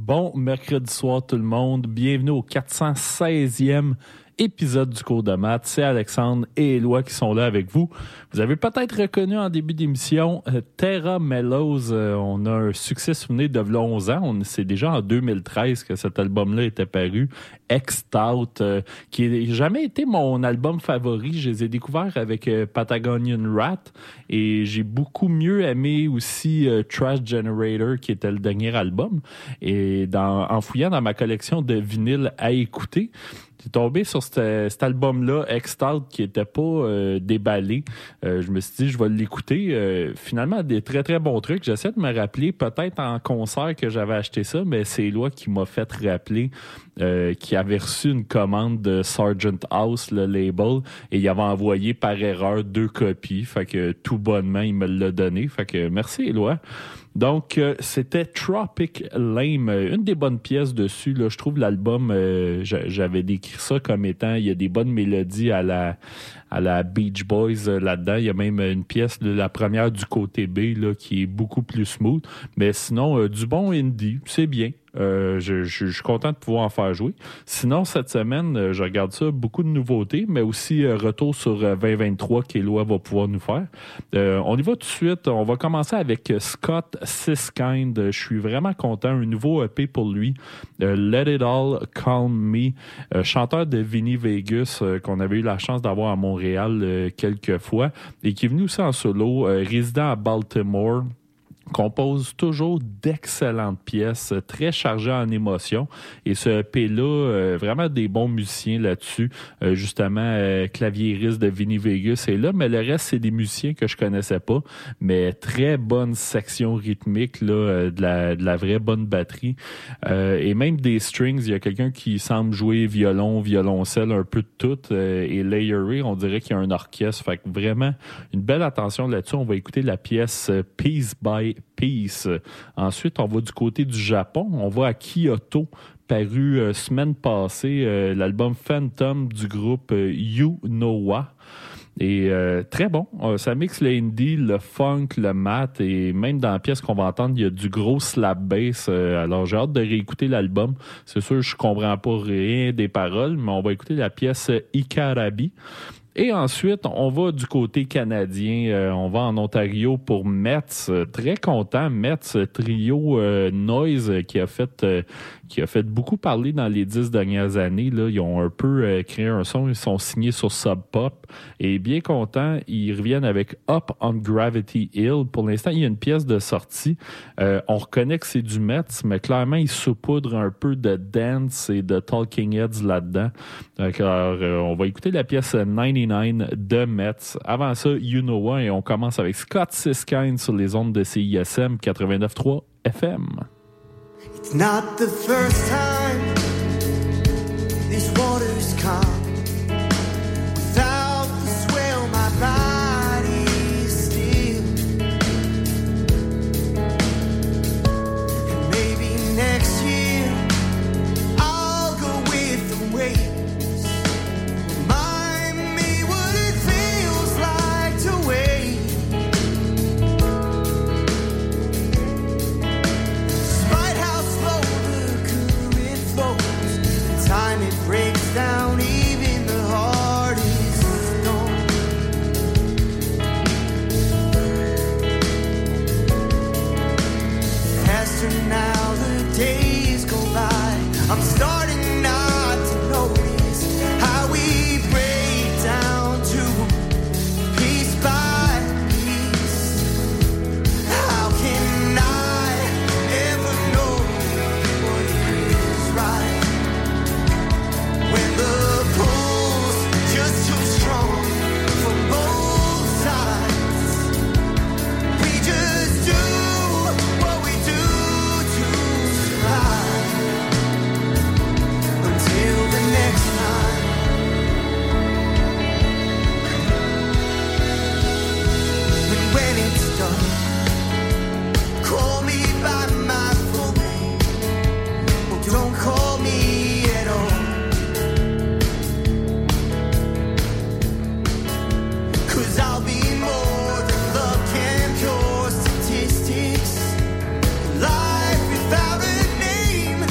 Bon mercredi soir tout le monde, bienvenue au 416e épisode du cours de maths. C'est Alexandre et Éloi qui sont là avec vous. Vous avez peut-être reconnu en début d'émission Terra Mellows. On a un succès souvenir de 11 ans. C'est déjà en 2013 que cet album-là était paru. X-Tout, qui n'a jamais été mon album favori. Je les ai découverts avec Patagonian Rat et j'ai beaucoup mieux aimé aussi Trash Generator, qui était le dernier album. Et en fouillant dans ma collection de vinyles à écouter, j'ai tombé sur cet album-là, X-Tout, qui était pas déballé. Je me suis dit, je vais l'écouter. Finalement, des très, très bons trucs. J'essaie de me rappeler, peut-être en concert que j'avais acheté ça, mais c'est Éloi qui m'a fait rappeler qui avait reçu une commande de Sargent House, le label, et il avait envoyé par erreur 2 copies. Fait que tout bonnement, il me l'a donné. Fait que merci, Éloi. Donc, c'était Tropic Lame, une des bonnes pièces dessus. Là, je trouve l'album, j'avais décrit ça comme étant, il y a des bonnes mélodies à la Beach Boys là-dedans. Il y a même une pièce, la première du côté B, là, qui est beaucoup plus smooth. Mais sinon, du bon indie, c'est bien. Je suis content de pouvoir en faire jouer. Sinon, cette semaine, je regarde ça, beaucoup de nouveautés, mais aussi retour sur 2023 qu'Éloi va pouvoir nous faire. On y va tout de suite. On va commencer avec Scott Siskind. Je suis vraiment content. Un nouveau EP pour lui. Let It All Calm Me. Chanteur de Vinny Vegas qu'on avait eu la chance d'avoir à Montréal quelques fois et qui est venu aussi en solo, résident à Baltimore. Compose toujours d'excellentes pièces, très chargées en émotions. Et ce EP-là, vraiment des bons musiciens là-dessus. Justement, claviériste de Vinny Vegas est là, mais le reste, c'est des musiciens que je connaissais pas. Mais très bonne section rythmique, là, de la vraie bonne batterie. Et même des strings, il y a quelqu'un qui semble jouer violon, violoncelle, un peu de tout. Et layeré, on dirait qu'il y a un orchestre. Fait que vraiment, une belle attention là-dessus. On va écouter la pièce Piece by Peace. Ensuite, on va du côté du Japon. On va à Kyoto, paru semaine passée, l'album Phantom du groupe Yunoa. Et très bon. Ça mixe le indie, le funk, le math, et même dans la pièce qu'on va entendre, il y a du gros slap bass. Alors, j'ai hâte de réécouter l'album. C'est sûr, je comprends pas rien des paroles, mais on va écouter la pièce Ikarabi. Et ensuite, on va du côté canadien. On va en Ontario pour Metz. Très content. Metz, trio Noise qui a fait beaucoup parler dans les 10 dernières années. Là, ils ont un peu créé un son. Ils sont signés sur Sub Pop. Et bien content, ils reviennent avec Up on Gravity Hill. Pour l'instant, il y a une pièce de sortie. On reconnaît que c'est du Metz, mais clairement, ils saupoudrent un peu de dance et de Talking Heads là-dedans. Alors, on va écouter la pièce 99 de Metz. Avant ça, Yunoa, et on commence avec Scott Siskind sur les ondes de CISM 89.3 FM. It's not the first time these waters come without the swell, my body is still. And maybe next year I'll go with the waves. Remind me what it feels like to wait. Despite how slow the current flows, the time it breaks down even the hardest stone. Faster now the days go by, I'm starting not to notice how we break down to piece by piece. How can I ever know what is right when the pull's just too strong for both sides? We just do what we do to survive until the next time. And when it's done, call me by my full name, or don't call me at all. 'Cause I'll be more than luck and pure statistics. Life without a name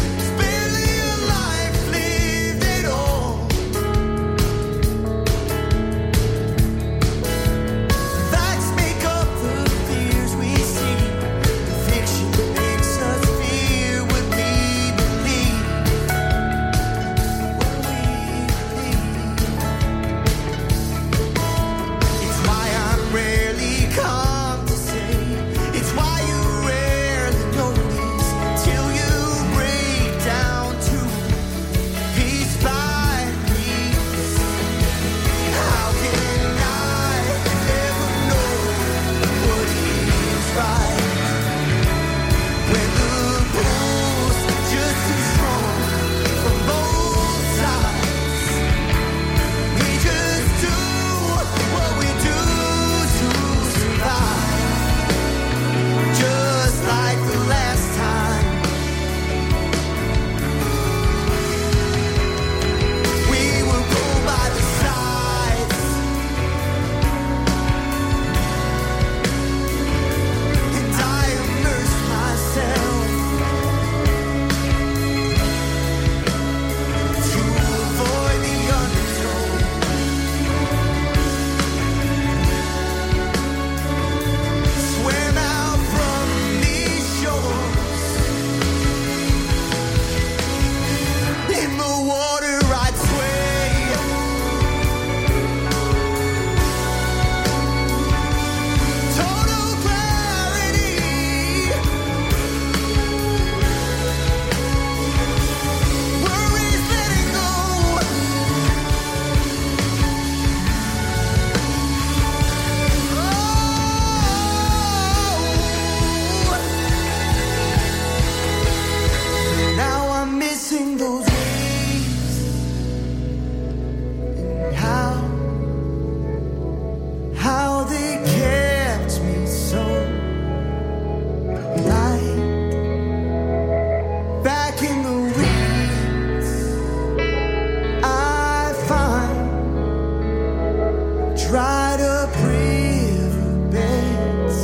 dried up riverbeds.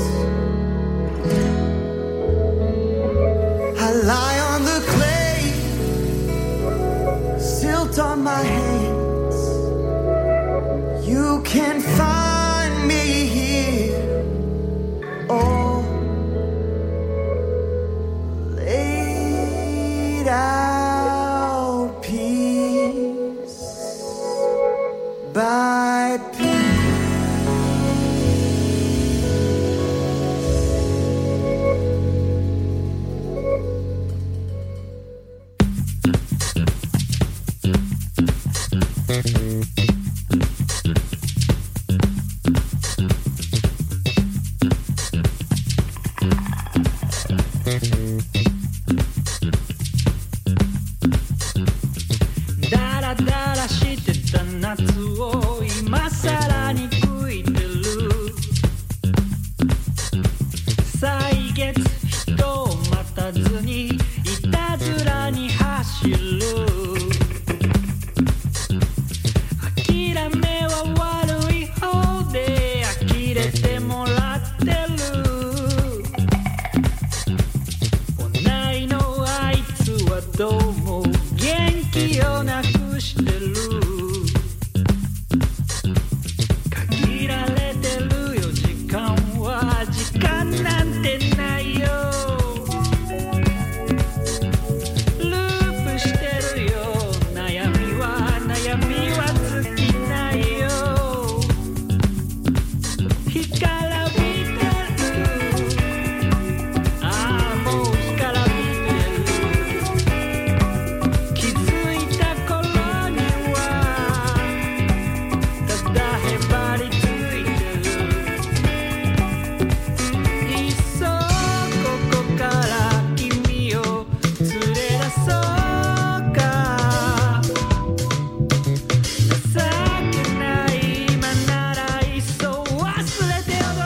I lie on the clay, silt on my hands. You can find me here, all laid out piece by piece. ダラダラしてた夏を今さらに悔いてる。歳月人を待たずにいたずらに走る。諦めは悪い方で呆れてもらってる。同いのあいつはどうも元気をなくしてる。限られてるよ時間は、時間なんてないよ。ループしてるよ悩みは尽きないよ。干からびてる。ああもう干からびてる。気づいた頃にはただへばりついてる。いっそここから君を連れ出そうか。情けない今ならいっそ忘れて踊ろう。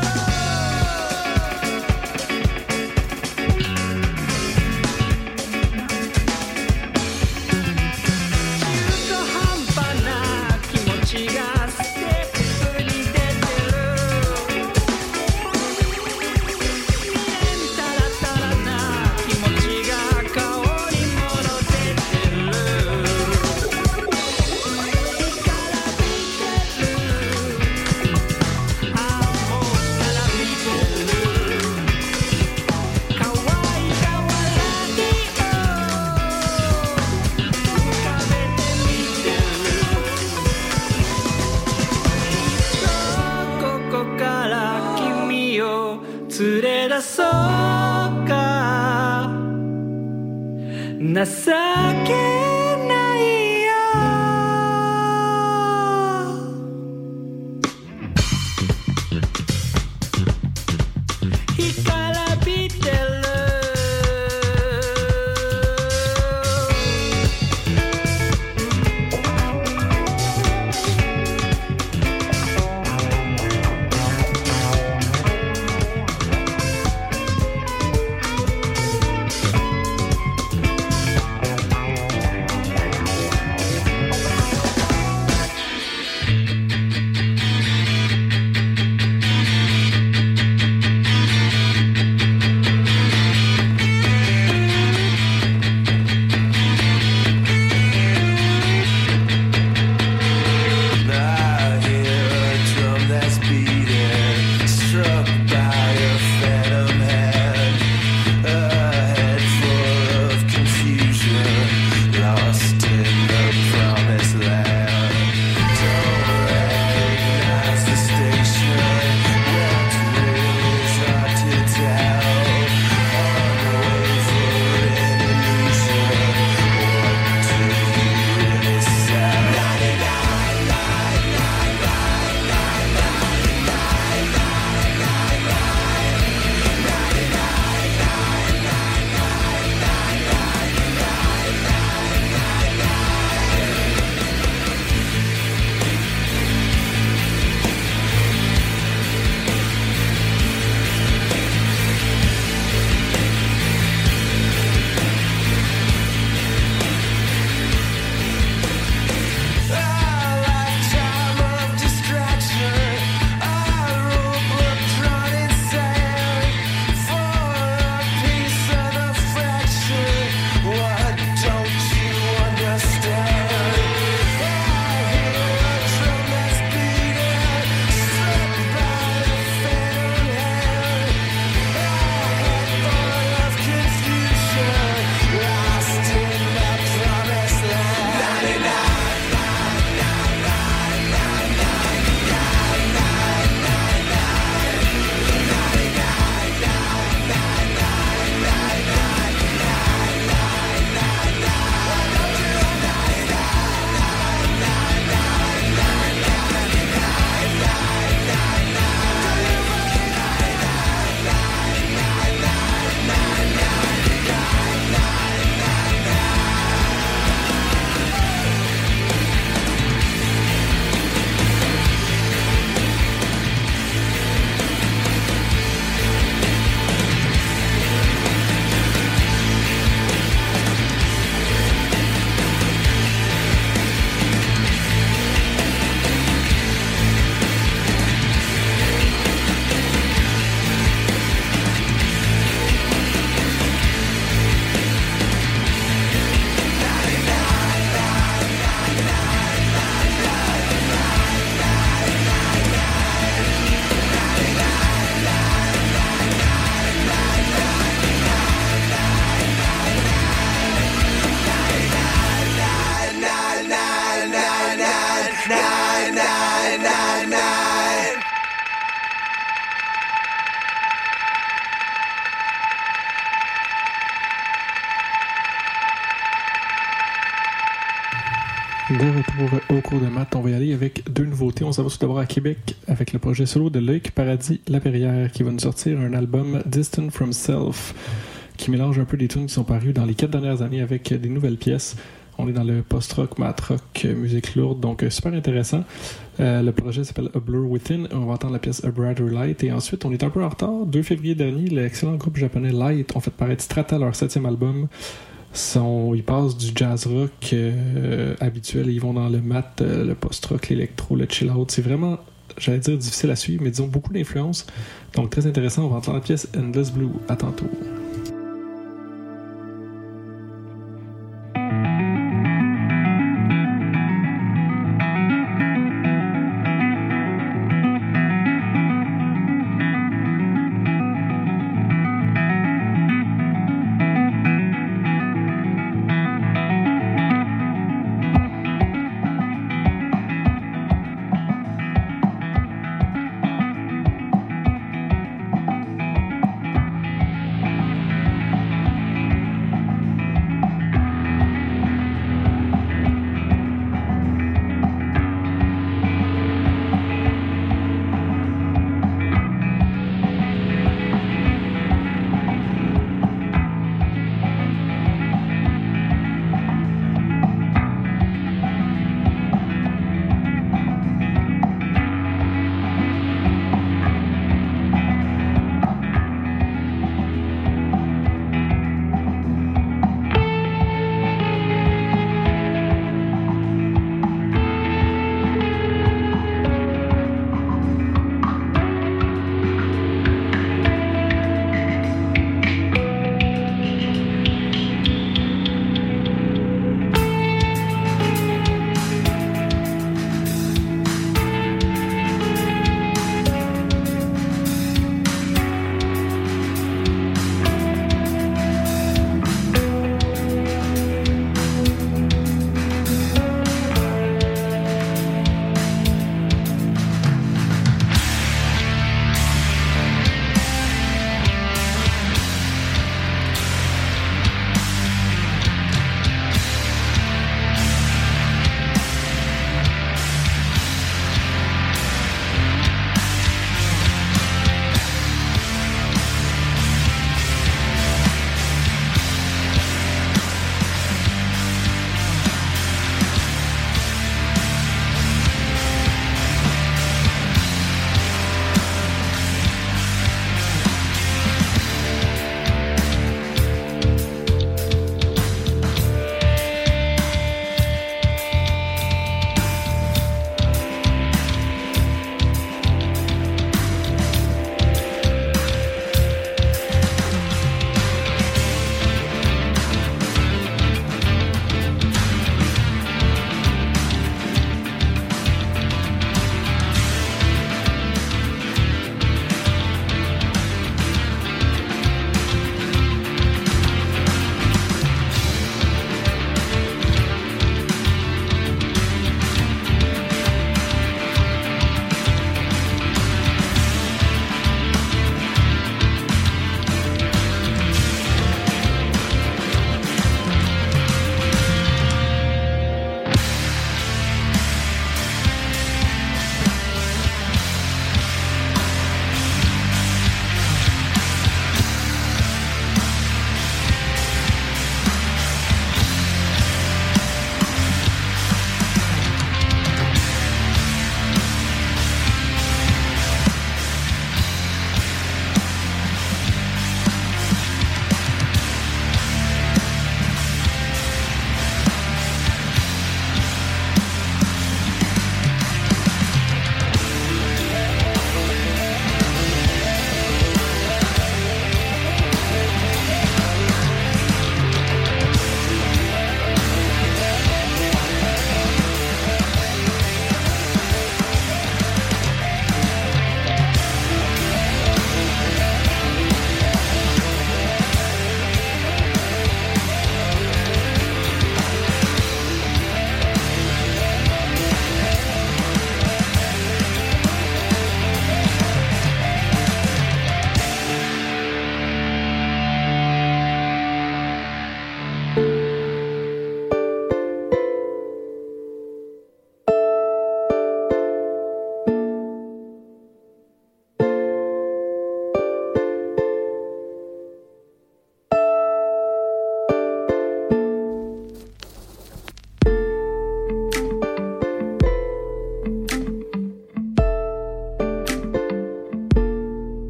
中途半端な気持ちがステップに出てる。未練たらたらな気持ちが顔にもろ出てる。干からびてる。ああもう干からびてる。可愛いがわらにを浮かべてみてる。ここから君を連れ出そうか。情けないよ。干からびてる。 De retour au cours de maths, on va y aller avec deux nouveautés. On s'en va tout d'abord à Québec avec le projet solo de Loïc Paradis-Laperrière qui va nous sortir un album Distant from Self qui mélange un peu des tunes qui sont parues dans les 4 dernières années avec des nouvelles pièces. On est dans le post-rock, mat-rock, musique lourde, donc super intéressant. Le projet s'appelle A Blur Within. On va entendre la pièce A Brighter Light. Et ensuite, on est un peu en retard. 2 février dernier, l'excellent groupe japonais Light ont fait paraître Strata, leur 7e album. Ils passent du jazz rock habituel. Ils vont dans le mat, le post-rock, l'électro, le chill-out. C'est vraiment, j'allais dire, difficile à suivre, mais disons beaucoup d'influence. Donc très intéressant. On va entendre la pièce Endless Blue. À tantôt.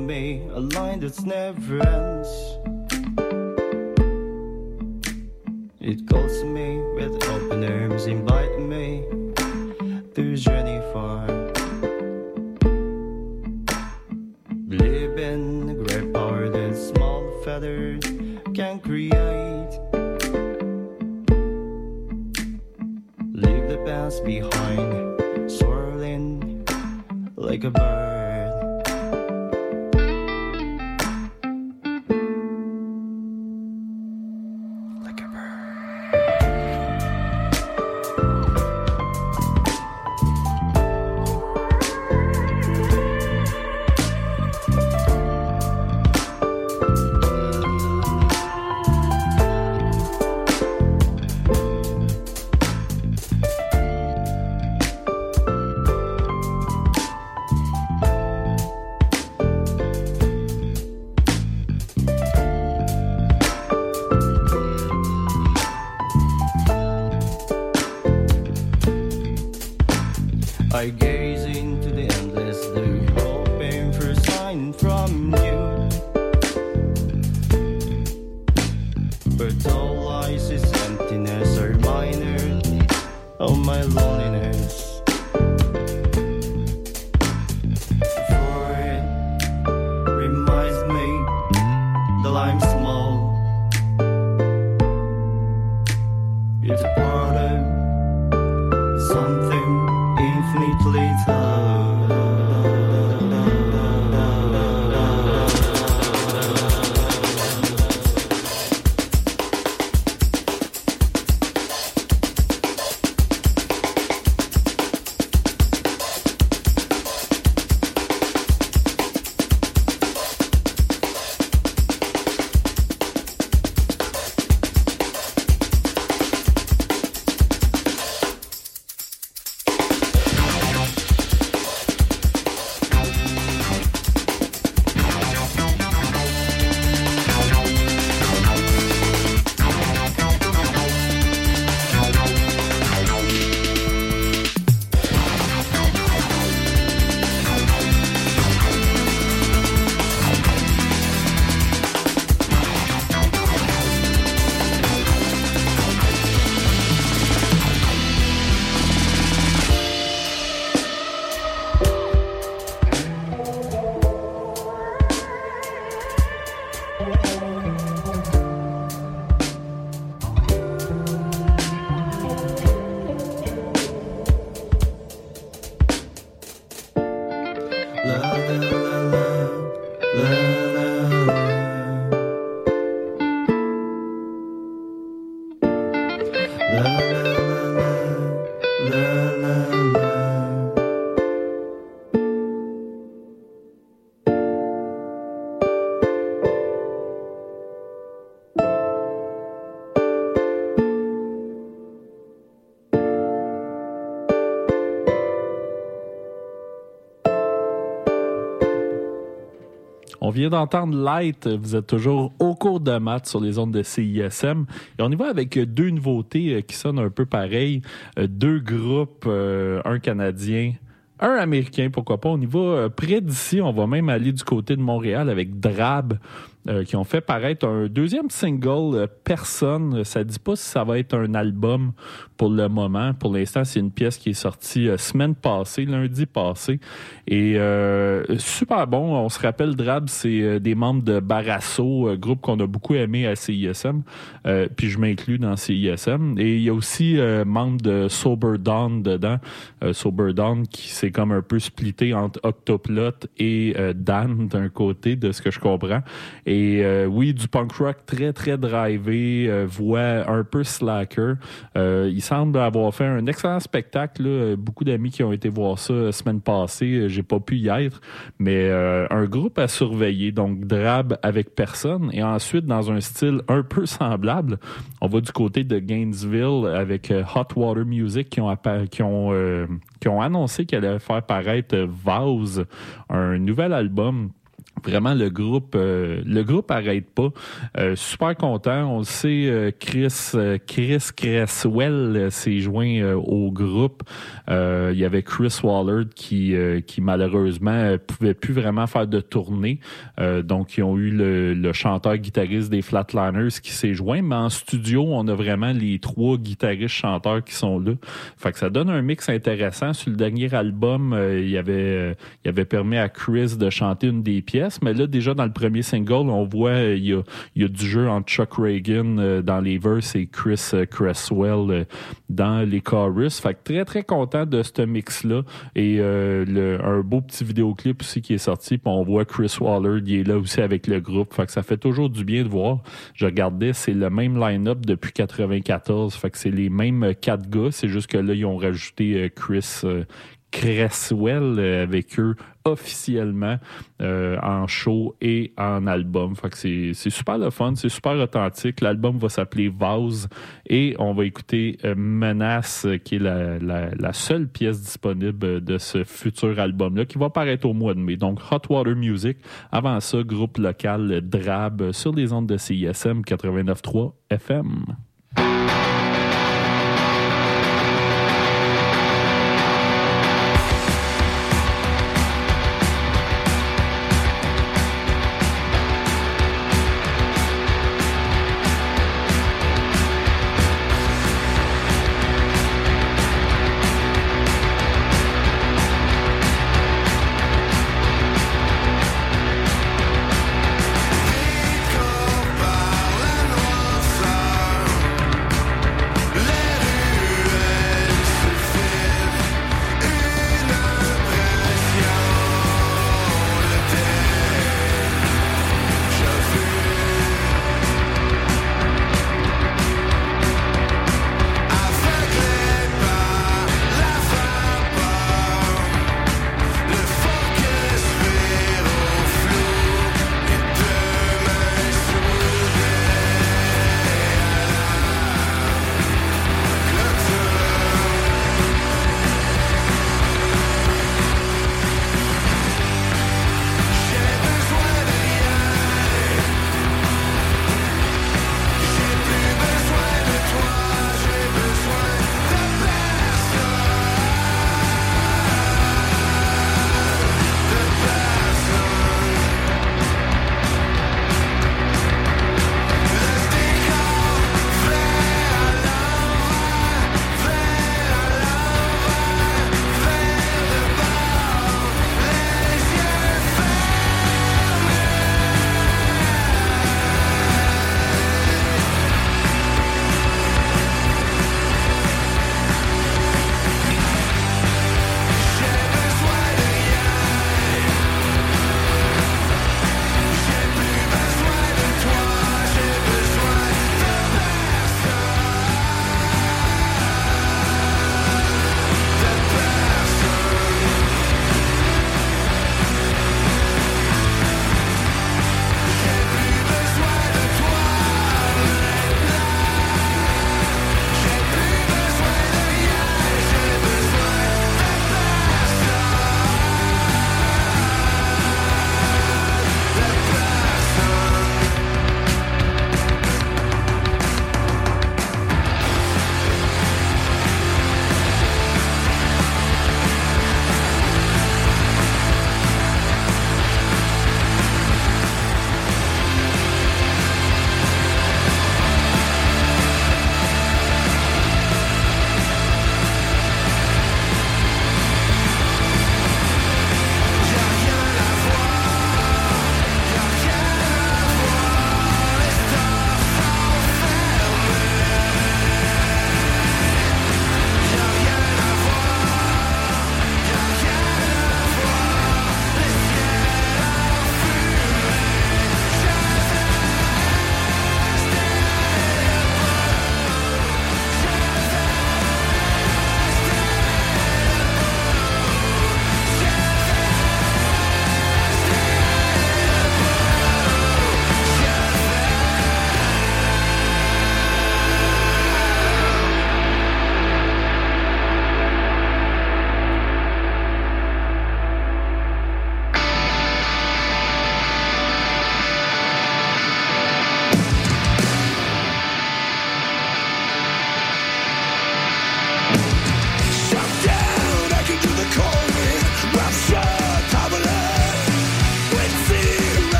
me a line that's never ends. It calls to me with open arms, inviting me to journey far. Believe in the great power that small feathers can create. Leave the past behind, swirling like a bird. I gaze into the endless blue, hoping for a sign from you. But all lies is emptiness, a reminder of my loneliness. For it reminds me that I'm small. It's a part of something infinitely tall. On vient d'entendre Light, vous êtes toujours au cours de maths sur les ondes de CISM. Et on y va avec deux nouveautés qui sonnent un peu pareil. Deux groupes, un Canadien, un Américain, pourquoi pas. On y va près d'ici, on va même aller du côté de Montréal avec Drab, qui ont fait paraître un deuxième single, Personne. Ça dit pas si ça va être un album pour le moment. Pour l'instant, c'est une pièce qui est sortie semaine passée, lundi passé. Et super bon. On se rappelle, Drab, c'est des membres de Barasso, groupe qu'on a beaucoup aimé à CISM. Puis je m'inclus dans CISM. Et il y a aussi membres de Sober Dawn dedans. Sober Dawn qui s'est comme un peu splitté entre Octoplot et Dan d'un côté, de ce que je comprends. Et oui, du punk rock très, très drivé, voix un peu slacker. Il semble avoir fait un excellent spectacle. Là. Beaucoup d'amis qui ont été voir ça la semaine passée. J'ai pas pu y être, mais un groupe à surveiller. Donc, Drab avec Personne. Et ensuite, dans un style un peu semblable, on va du côté de Gainesville avec Hot Water Music qui ont annoncé qu'elle allait faire paraître Vase, un nouvel album Vraiment, le groupe arrête pas. Super content. On le sait, Chris Cresswell s'est joint au groupe. Il y avait Chris Wallard qui malheureusement pouvait plus vraiment faire de tournée. Donc, ils ont eu le chanteur-guitariste des Flatliners qui s'est joint. Mais en studio, on a vraiment les 3 guitaristes-chanteurs qui sont là. Fait que ça donne un mix intéressant. Sur le dernier album, il avait permis à Chris de chanter une des pièces. Mais là, déjà, dans le premier single, on voit il y a du jeu entre Chuck Reagan dans les verses et Chris Cresswell dans les chorus. Fait que très, très content de ce mix-là. Et un beau petit vidéoclip aussi qui est sorti. Puis on voit Chris Wallard, il est là aussi avec le groupe. Fait que ça fait toujours du bien de voir. Je regardais, c'est le même line-up depuis 94. Fait que c'est les mêmes 4 gars. C'est juste que là, ils ont rajouté Chris Cresswell avec eux officiellement en show et en album. Fait que c'est super le fun, c'est super authentique. L'album va s'appeler Vase et on va écouter Menace qui est la seule pièce disponible de ce futur album-là qui va paraître au mois de mai. Donc Hot Water Music. Avant ça, groupe local Drab sur les ondes de CISM 89.3 FM. Par la noirceur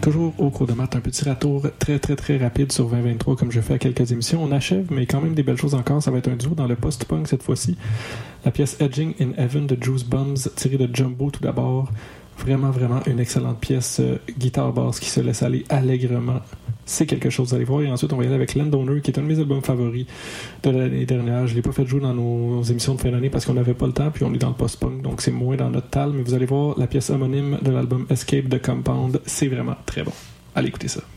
Toujours au cours de maths, un petit ratour très très très rapide sur 2023 comme je fais à quelques émissions. On achève, mais quand même des belles choses encore. Ça va être un duo dans le post-punk cette fois-ci. La pièce Edging in Heaven de Juice Bums, tirée de Jumbo tout d'abord. Vraiment, vraiment une excellente pièce guitare-basse qui se laisse aller allègrement. C'est quelque chose à aller voir. Et ensuite, on va y aller avec Landowner, qui est un de mes albums favoris de l'année dernière. Je ne l'ai pas fait jouer dans nos émissions de fin d'année parce qu'on n'avait pas le temps, puis on est dans le post-punk, donc c'est moins dans notre tal. Mais vous allez voir la pièce homonyme de l'album Escape the Compound. C'est vraiment très bon. Allez écouter ça.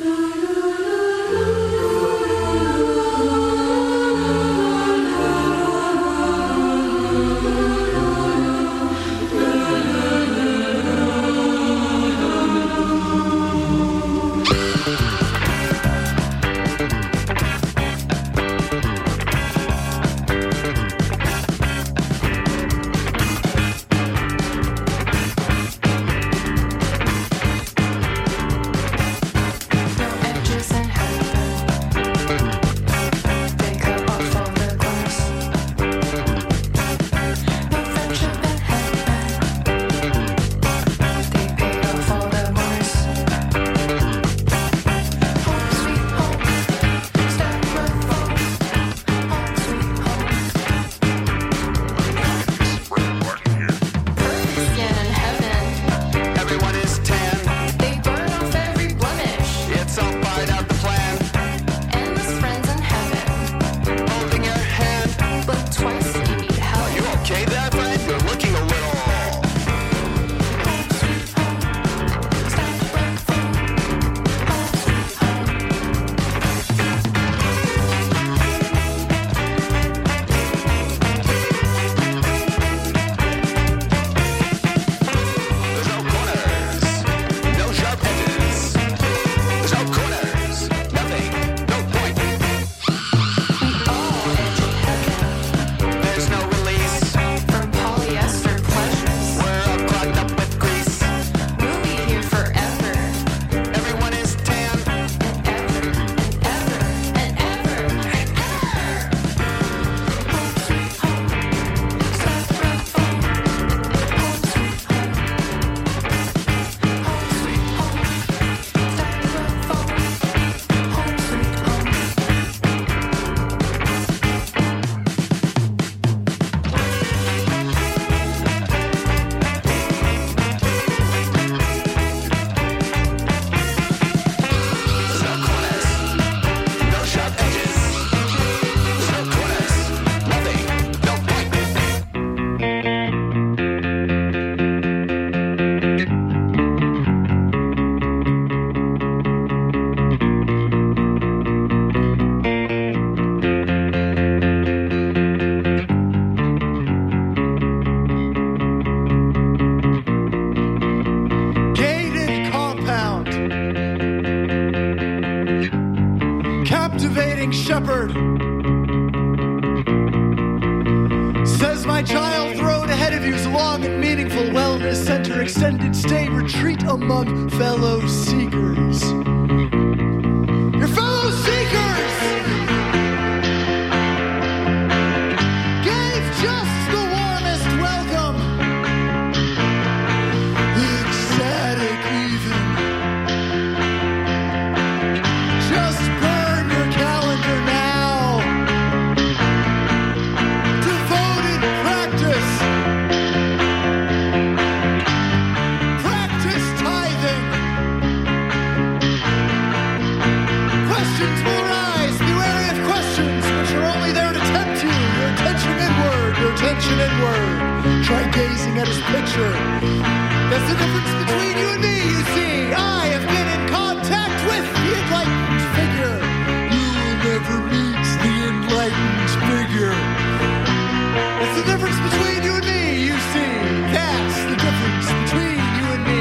Captivating shepherd says, my child, the road ahead of you is long and meaningful. Wellness center, extended stay, retreat among fellow seekers. Your fellow seekers gave just the warmest welcome, ecstatic even. Just burn your calendar now. Devoted practice. Practice tithing. Questions will rise. Be wary of questions, which are only there to tempt you. Your attention inward. Your attention inward. Try gazing at his picture. That's the difference between you and me, you see. I have been in contact with the enlightened figure. You will never meet the enlightened figure. That's the difference between you and me, you see. That's the difference between you and me.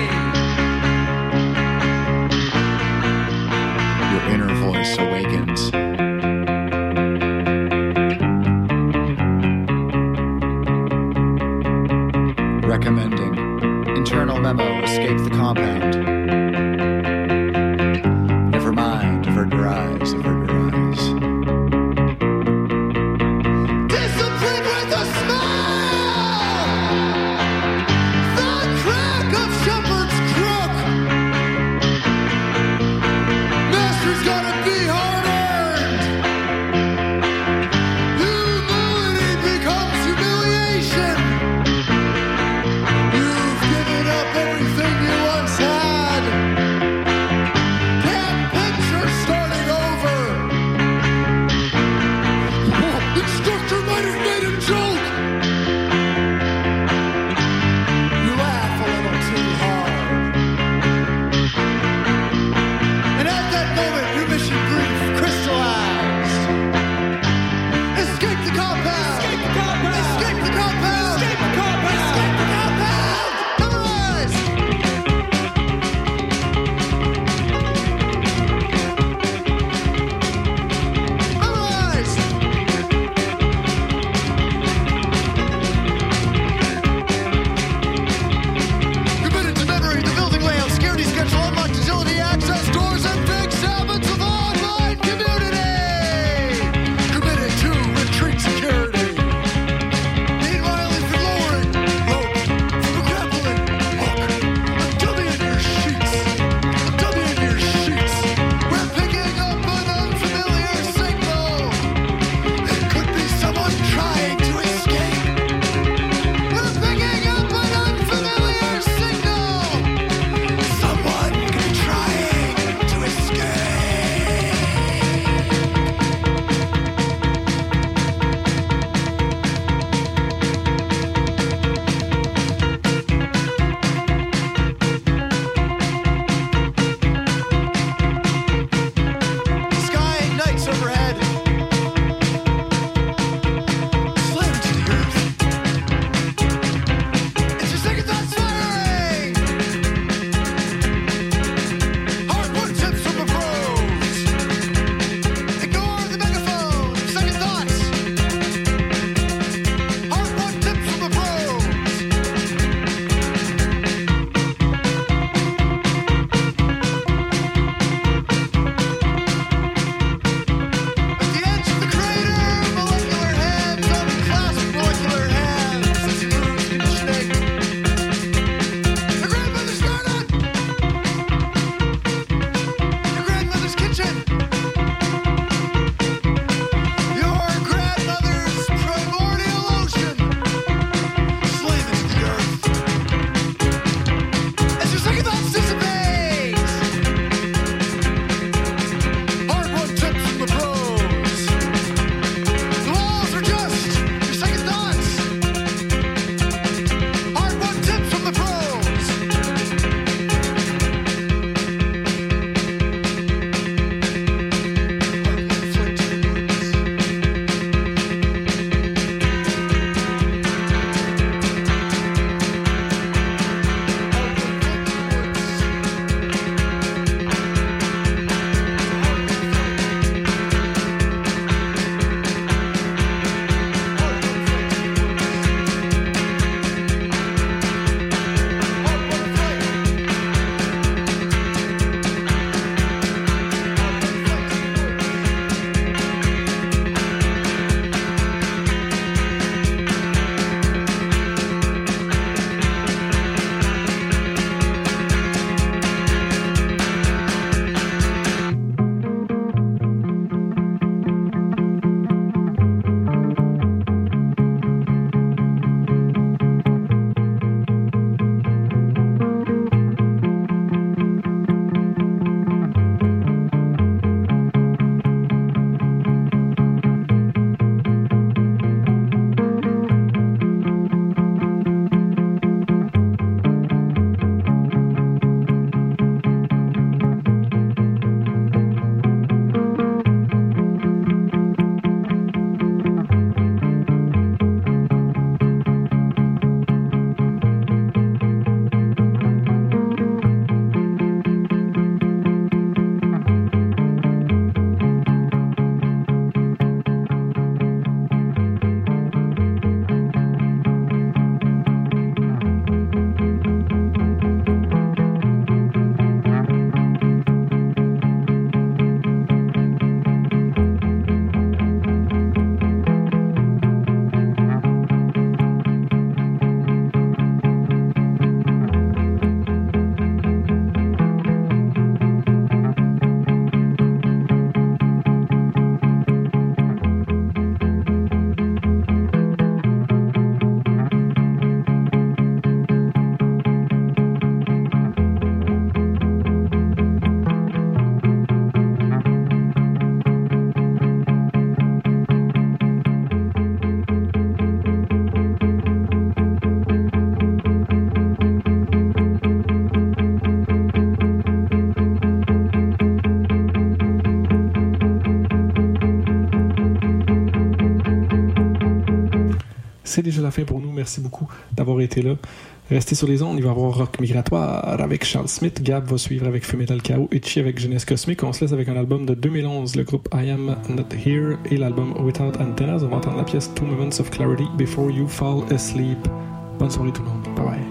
Your inner voice awakens. Recommending internal memo, escape the compound. Never mind, avert your eyes, avert your eyes. Discipline with a smile. The crack of shepherd's crook. c'est déjà la fin pour nous. Merci beaucoup d'avoir été là. Restez sur les ondes, il va y avoir Rock Migratoire avec Charles Smith, Gab va suivre avec Feu Metal Chaos, Itchy avec Jeunesse Cosmique. On se laisse avec un album de 2011, le groupe I Am Not Here et l'album Without Antennas. On va entendre la pièce 2 Moments of Clarity Before You Fall Asleep. Bonne soirée tout le monde. Bye bye.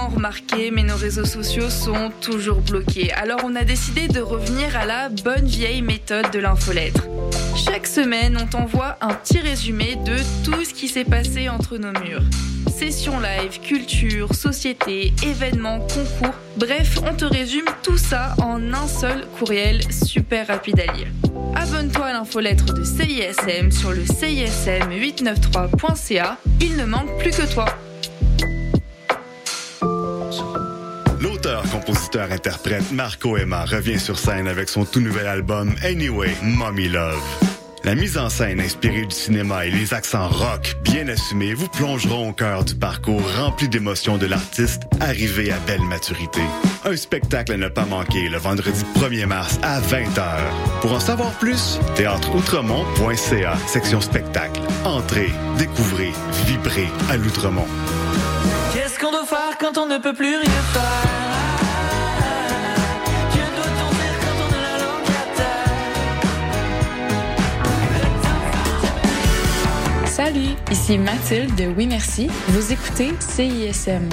sûrement remarqué, mais nos réseaux sociaux sont toujours bloqués. Alors on a décidé de revenir à la bonne vieille méthode de l'infolettre. Chaque semaine, on t'envoie un petit résumé de tout ce qui s'est passé entre nos murs. Sessions live, culture, société, événements, concours. Bref, on te résume tout ça en un seul courriel super rapide à lire. Abonne-toi à l'infolettre de CISM sur le CISM893.ca. Il ne manque plus que toi. L'auteur, compositeur, interprète Marco Emma revient sur scène avec son tout nouvel album Anyway, Mommy Love. La mise en scène inspirée du cinéma et les accents rock bien assumés vous plongeront au cœur du parcours rempli d'émotions de l'artiste arrivé à belle maturité. Un spectacle à ne pas manquer le vendredi 1er mars à 20h. Pour en savoir plus, théâtreoutremont.ca, section spectacle. Entrez, découvrez, vibrez à l'Outremont. Qu'est-ce qu'on doit faire quand on ne peut plus rien faire? Que doit-on dire quand on a la langue à terre? Salut, ici Mathilde de Oui Merci. Vous écoutez CISM.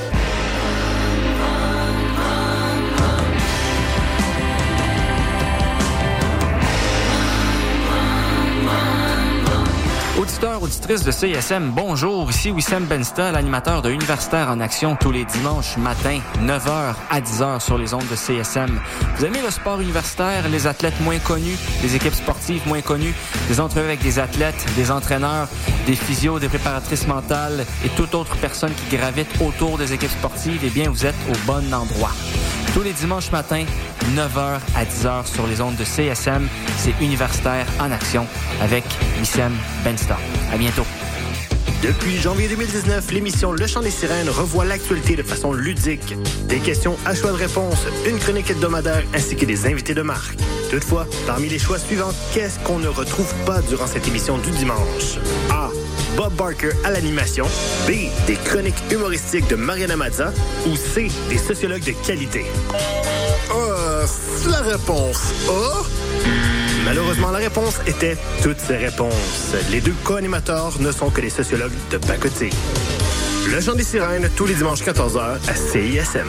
Auditeurs, auditrices de CISM, bonjour. Ici Wissem Bensta, l'animateur de Universitaire en Action tous les dimanches matin, 9h à 10h sur les ondes de CISM. Vous aimez le sport universitaire, les athlètes moins connus, les équipes sportives moins connues, des entrevues avec des athlètes, des entraîneurs, des physios, des préparatrices mentales et toute autre personne qui gravite autour des équipes sportives, eh bien, vous êtes au bon endroit. Tous les dimanches matins, 9h à 10h sur les ondes de CSM, c'est Universitaire en Action avec Wissem Bensta. À bientôt. Depuis janvier 2019, l'émission Le Chant des Sirènes revoit l'actualité de façon ludique. Des questions à choix de réponse, une chronique hebdomadaire ainsi que des invités de marque. Toutefois, parmi les choix suivants, qu'est-ce qu'on ne retrouve pas durant cette émission du dimanche? A. Bob Barker à l'animation. B. Des chroniques humoristiques de Mariana Mazza. Ou C. Des sociologues de qualité. C'est la réponse A. Malheureusement, la réponse était toutes ces réponses. Les deux co-animateurs ne sont que des sociologues de pacotille. Le Chant des Sirènes, tous les dimanches 14h à CISM.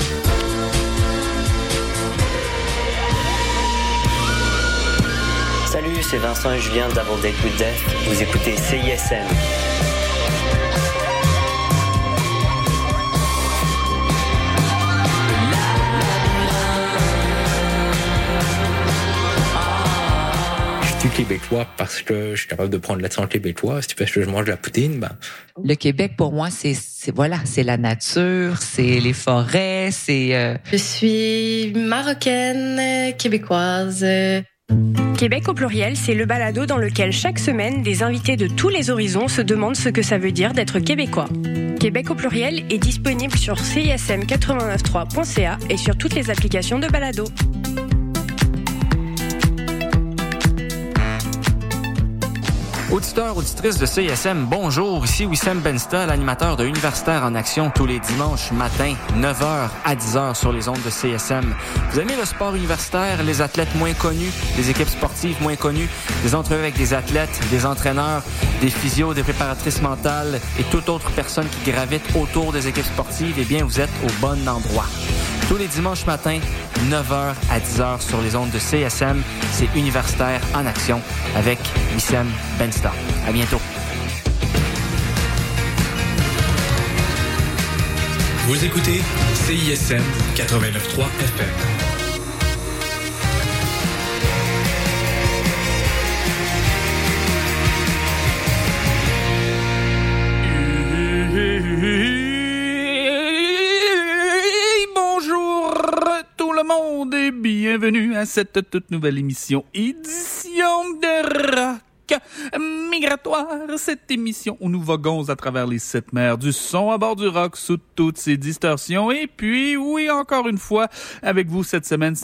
Salut, c'est Vincent et Julien de Double Date with Death. Vous écoutez CISM. Je suis québécois parce que je suis capable de prendre l'accent québécois. Si parce que je mange de la poutine, ben. Le Québec, pour moi, c'est la nature, c'est les forêts, c'est... Je suis marocaine, québécoise. Québec au pluriel, c'est le balado dans lequel chaque semaine, des invités de tous les horizons se demandent ce que ça veut dire d'être québécois. Québec au pluriel est disponible sur CISM893.ca et sur toutes les applications de balado. Auditeurs, auditrices de CISM, bonjour. Ici Wissem Bensta, l'animateur de Universitaire en Action tous les dimanches matin, 9h à 10h sur les ondes de CISM. Vous aimez le sport universitaire, les athlètes moins connus, les équipes sportives moins connues, des entrevues avec des athlètes, des entraîneurs, des physios, des préparatrices mentales et toute autre personne qui gravite autour des équipes sportives, eh bien, vous êtes au bon endroit. Tous les dimanches matins, 9h à 10h sur les ondes de CSM, c'est Universitaire en Action avec Wissem Bensta. À bientôt. Vous écoutez CISM 89.3 FM. Et bienvenue à cette toute nouvelle édition de Rock Migratoire. Cette émission où nous voguons à travers les 7 mers du son à bord du rock sous toutes ses distorsions. Et puis, oui, encore une fois, avec vous cette semaine,